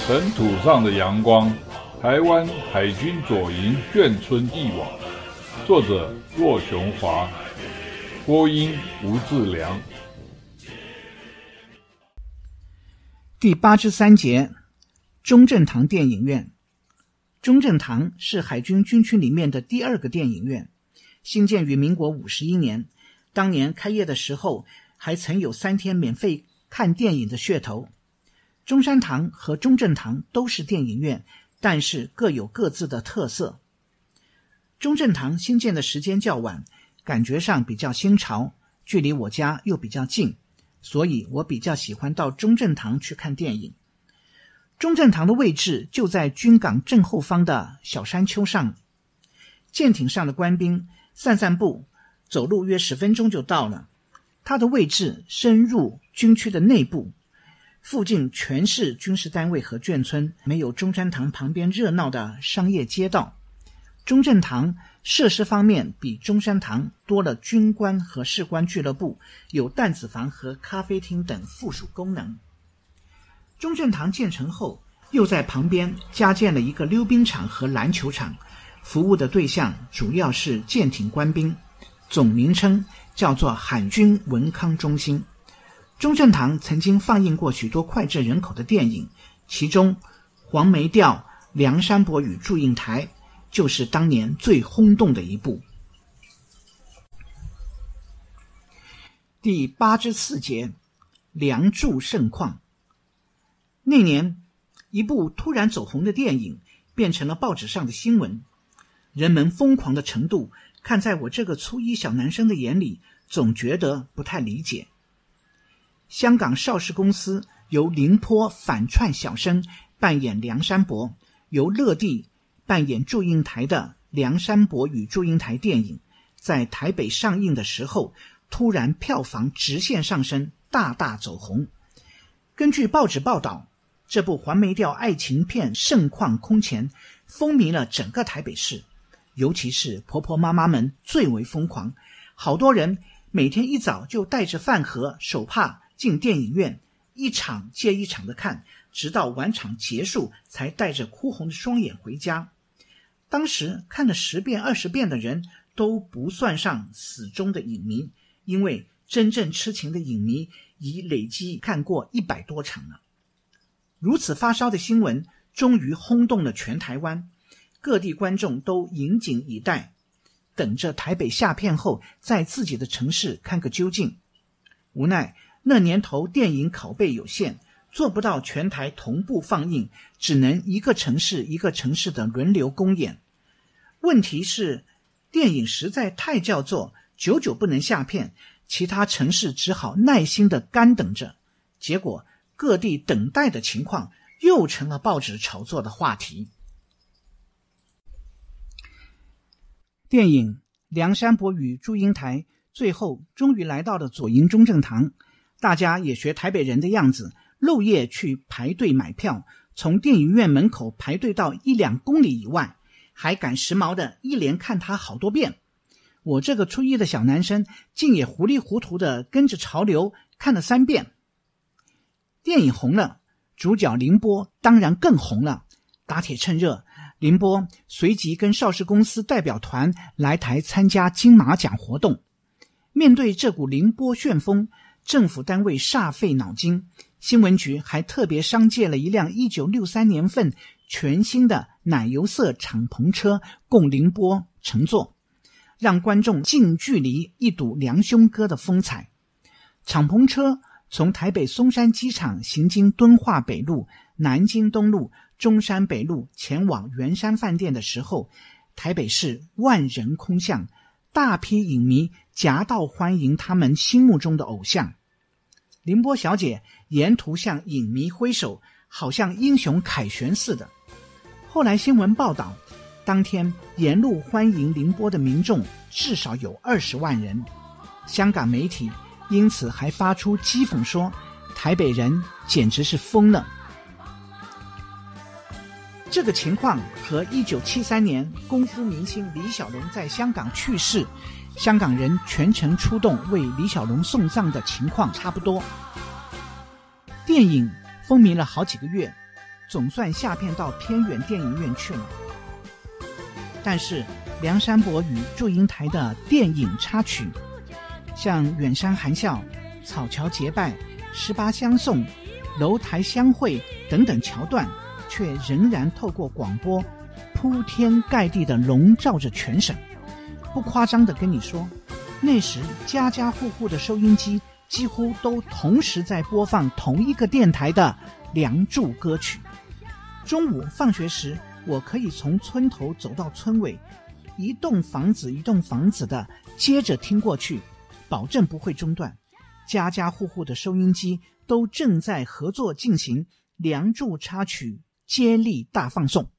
尘土上的阳光，台湾海军左营眷村忆往，作者骆雄华，播音吴志良。 第83节，中正堂电影院。中正堂是海军军区里面的第二个电影院，兴建于民国51年。当年开业的时候，还曾有3天免费看电影的噱头。中山堂和中正堂都是电影院，但是各有各自的特色。中正堂兴建的时间较晚，感觉上比较新潮，距离我家又比较近，所以我比较喜欢到中正堂去看电影。中正堂的位置就在军港正后方的小山丘上，舰艇上的官兵散散步，走路约10分钟就到了。它的位置深入军区的内部，附近全是军事单位和眷村，没有中山堂旁边热闹的商业街道。中正堂设施方面比中山堂多了军官和士官俱乐部，有弹子房和咖啡厅等附属功能。中正堂建成后，又在旁边加建了一个溜冰场和篮球场，服务的对象主要是舰艇官兵，总名称叫做海军文康中心。中正堂曾经放映过许多脍炙人口的电影，其中黄梅调《梁山伯与祝英台》就是当年最轰动的一部。第84节，梁祝盛况。那年，一部突然走红的电影变成了报纸上的新闻，人们疯狂的程度，看在我这个初一小男生的眼里，总觉得不太理解。香港邵氏公司由凌波反串小生扮演梁山伯，由乐蒂扮演祝英台的《梁山伯与祝英台》电影，在台北上映的时候，突然票房直线上升，大大走红。根据报纸报道，这部黄梅调爱情片盛况空前，风靡了整个台北市，尤其是婆婆妈妈们最为疯狂，好多人每天一早就带着饭盒手帕进电影院，一场接一场的看，直到晚场结束才带着哭红的双眼回家。当时看了10遍20遍的人都不算上死忠的影迷，因为真正痴情的影迷已累计看过100多场了。如此发烧的新闻终于轰动了全台湾，各地观众都引颈以待，等着台北下片后在自己的城市看个究竟。无奈那年头电影拷贝有限，做不到全台同步放映，只能一个城市一个城市的轮流公演。问题是电影实在太叫座，久久不能下片，其他城市只好耐心的干等着。结果各地等待的情况又成了报纸炒作的话题。电影《梁山伯与祝英台》最后终于来到了左营中正堂，大家也学台北人的样子，漏夜去排队买票，从电影院门口排队到1-2公里以外，还赶时髦的一连看他好多遍。我这个初一的小男生竟也糊里糊涂的跟着潮流看了3遍。电影红了，主角凌波当然更红了。打铁趁热，凌波随即跟邵氏公司代表团来台参加金马奖活动。面对这股凌波旋风，政府单位煞费脑筋，新闻局还特别商借了一辆1963年份全新的奶油色敞篷车供凌波乘坐，让观众近距离一睹梁兄哥的风采。敞篷车从台北松山机场行经敦化北路、南京东路、中山北路前往圆山饭店的时候，台北市万人空巷，大批影迷夹道欢迎他们心目中的偶像。凌波小姐沿途向影迷挥手，好像英雄凯旋似的。后来新闻报道，当天沿路欢迎凌波的民众至少有20万人。香港媒体因此还发出讥讽说，台北人简直是疯了。这个情况和1973年功夫明星李小龙在香港去世，香港人全城出动为李小龙送葬的情况差不多。电影风靡了好几个月， 总算下片到偏远电影院去了。但是梁山伯与祝英台的电影插曲，像远山含笑、草桥结拜、18相送、楼台相会等等桥段，却仍然透过广播铺天盖地地笼罩着全省。不夸张地跟你说，那时家家户户的收音机几乎都同时在播放同一个电台的梁祝歌曲。中午放学时，我可以从村头走到村尾，一栋房子一栋房子的接着听过去，保证不会中断。家家户户的收音机都正在合作进行梁祝插曲接力大放送。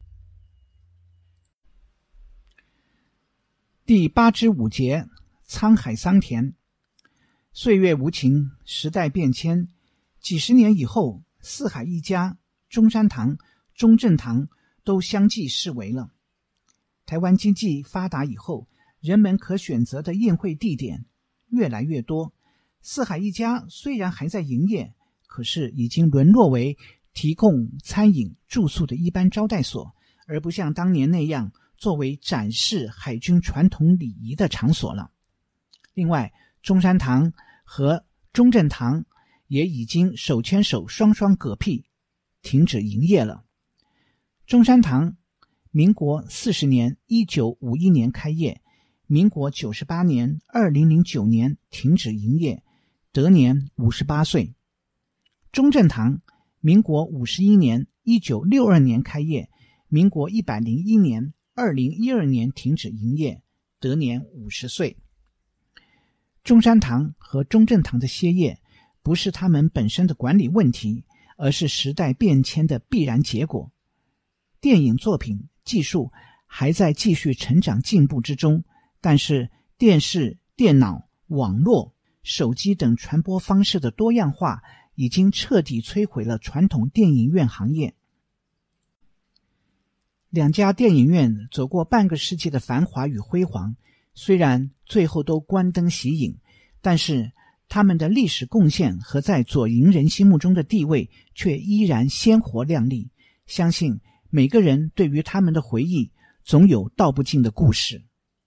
第8至5节，沧海桑田。岁月无情，时代变迁，几十年以后，四海一家、中山堂、中正堂都相继式微了。台湾经济发达以后，人们可选择的宴会地点越来越多。四海一家虽然还在营业，可是已经沦落为提供餐饮住宿的一般招待所，而不像当年那样作为展示海军传统礼仪的场所了。另外，中山堂和中正堂也已经手牵手双双嗝屁，停止营业了。中山堂民国40年1951年开业，民国98年2009年停止营业，得年58岁。中正堂民国51年1962年开业，民国101年2012年停止营业，得年50岁。中山堂和中正堂的歇业不是他们本身的管理问题，而是时代变迁的必然结果。电影作品技术还在继续成长进步之中，但是电视、电脑、网络、手机等传播方式的多样化已经彻底摧毁了传统电影院行业。两家电影院走过半个世纪的繁华与辉煌，虽然最后都关灯息影，但是他们的历史贡献和在左营人心目中的地位却依然鲜活亮丽。相信每个人对于他们的回忆总有道不尽的故事。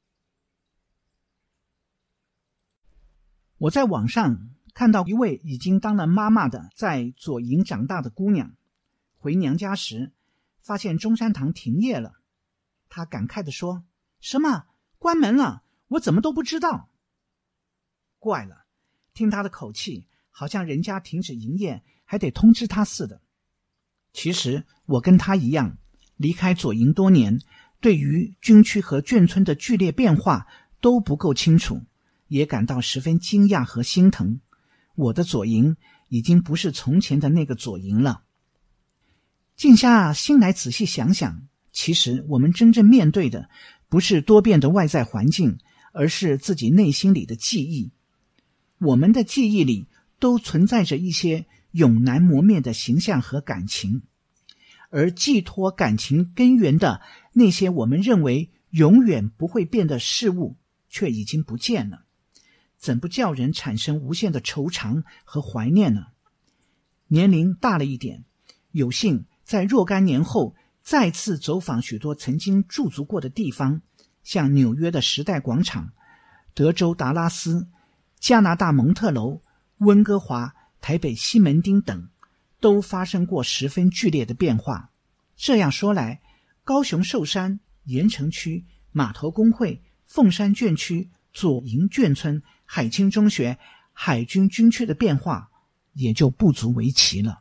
我在网上看到一位已经当了妈妈的在左营长大的姑娘，回娘家时发现中山堂停业了。她感慨地说：“什么？关门了？我怎么都不知道。”怪了，听她的口气，好像人家停止营业还得通知她似的。其实我跟她一样，离开左营多年，对于军区和眷村的剧烈变化都不够清楚，也感到十分惊讶和心疼。我的左营已经不是从前的那个左营了。静下心来仔细想想，其实我们真正面对的不是多变的外在环境，而是自己内心里的记忆。我们的记忆里都存在着一些永难磨灭的形象和感情，而寄托感情根源的那些我们认为永远不会变的事物却已经不见了，怎不叫人产生无限的惆怅和怀念呢？年龄大了一点，有幸在若干年后再次走访许多曾经驻足过的地方，像纽约的时代广场、德州达拉斯、加拿大蒙特楼、温哥华、台北西门町等，都发生过十分剧烈的变化。这样说来，高雄寿山、盐城区、码头工会、凤山眷区、左营眷村、海清中学、海军军区的变化也就不足为奇了。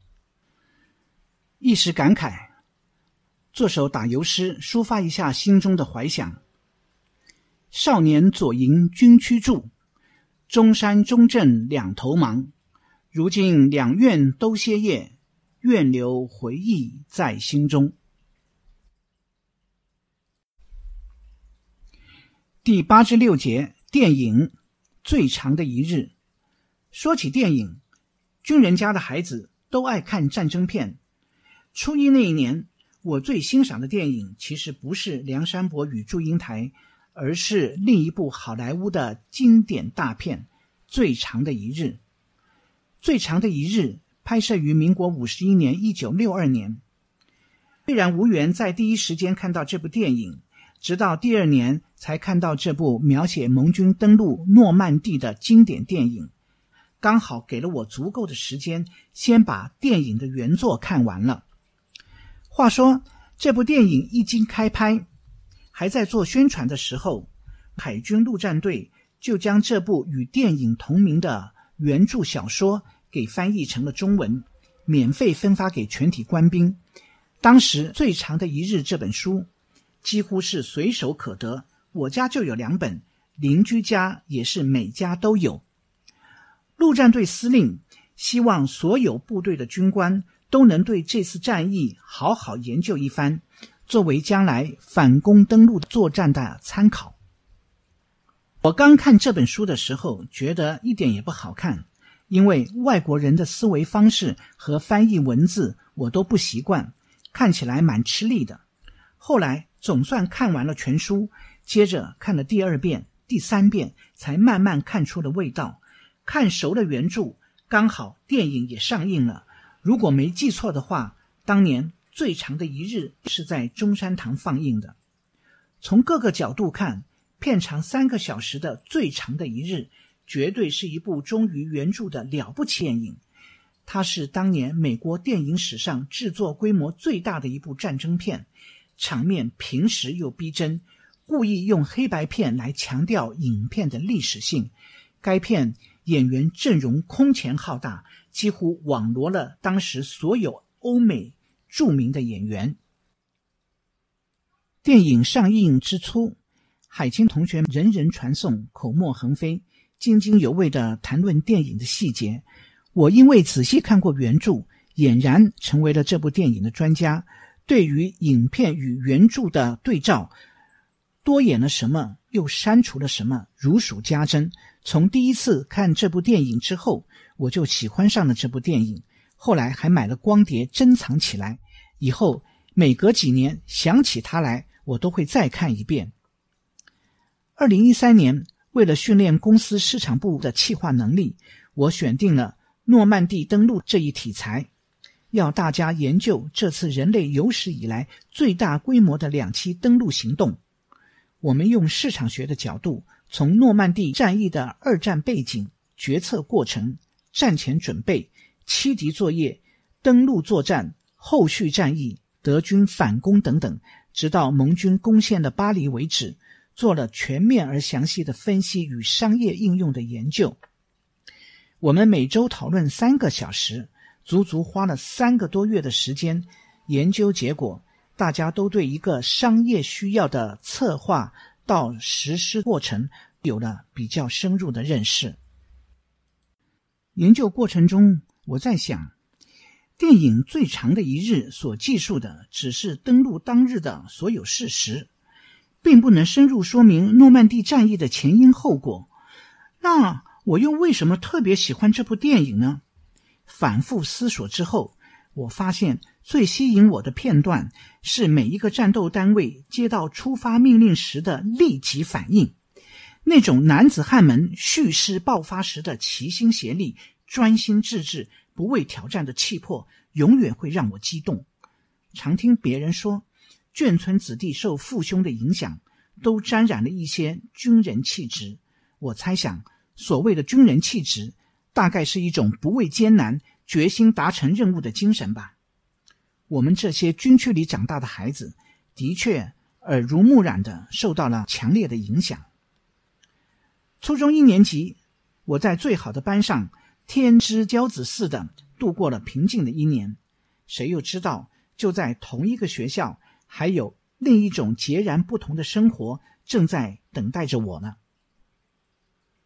一时感慨，做首打油诗抒发一下心中的怀想。少年左营军区住，中山中正两头忙，如今两院都歇业，愿留回忆在心中。第8至6节，电影最长的一日。说起电影，军人家的孩子都爱看战争片。初一那一年，我最欣赏的电影其实不是梁山伯与祝英台，而是另一部好莱坞的经典大片《最长的一日》。最长的一日拍摄于民国51年1962年。虽然无缘在第一时间看到这部电影，直到第2年才看到这部描写盟军登陆诺曼底的经典电影，刚好给了我足够的时间先把电影的原作看完了。话说这部电影一经开拍，还在做宣传的时候，海军陆战队就将这部与电影同名的原著小说给翻译成了中文，免费分发给全体官兵。当时《最长的一日》这本书几乎是随手可得，我家就有2本，邻居家也是每家都有。陆战队司令希望所有部队的军官都能对这次战役好好研究一番，作为将来反攻登陆作战的参考。我刚看这本书的时候觉得一点也不好看，因为外国人的思维方式和翻译文字我都不习惯，看起来蛮吃力的。后来总算看完了全书，接着看了第2遍、第3遍，才慢慢看出了味道。看熟了原著，刚好电影也上映了。如果没记错的话，当年《最长的一日》是在中山堂放映的。从各个角度看，片长3个小时的《最长的一日》绝对是一部忠于原著的了不起电影。它是当年美国电影史上制作规模最大的一部战争片，场面平实又逼真，故意用黑白片来强调影片的历史性。该片演员阵容空前浩大，几乎网罗了当时所有欧美著名的演员。电影上映之初，海清同学人人传颂，口沫横飞，津津有味地谈论电影的细节。我因为仔细看过原著，俨然成为了这部电影的专家，对于影片与原著的对照，多演了什么又删除了什么，如数家珍。从第一次看这部电影之后，我就喜欢上了这部电影，后来还买了光碟珍藏起来，以后每隔几年想起它来，我都会再看一遍。2013年，为了训练公司市场部的企划能力，我选定了诺曼底登陆这一题材，要大家研究这次人类有史以来最大规模的2栖登陆行动。我们用市场学的角度，从诺曼底战役的2战背景、决策过程、战前准备、欺敌作业、登陆作战、后续战役、德军反攻等等，直到盟军攻陷了巴黎为止，做了全面而详细的分析与商业应用的研究。我们每周讨论3个小时，足足花了3个多月的时间，研究结果大家都对一个商业需要的策划到实施过程有了比较深入的认识。研究过程中，我在想，电影《最长的一日》所记述的只是登陆当日的所有事实，并不能深入说明诺曼底战役的前因后果。那我又为什么特别喜欢这部电影呢？反复思索之后，我发现最吸引我的片段是每一个战斗单位接到出发命令时的立即反应，那种男子汉们蓄势爆发时的齐心协力、专心致志、不畏挑战的气魄，永远会让我激动。常听别人说，眷村子弟受父兄的影响，都沾染了一些军人气质。我猜想，所谓的军人气质，大概是一种不畏艰难、决心达成任务的精神吧。我们这些军区里长大的孩子，的确耳濡目染地受到了强烈的影响。初中1年级，我在最好的班上，天之骄子似的度过了平静的1年。谁又知道，就在同一个学校，还有另一种截然不同的生活正在等待着我呢？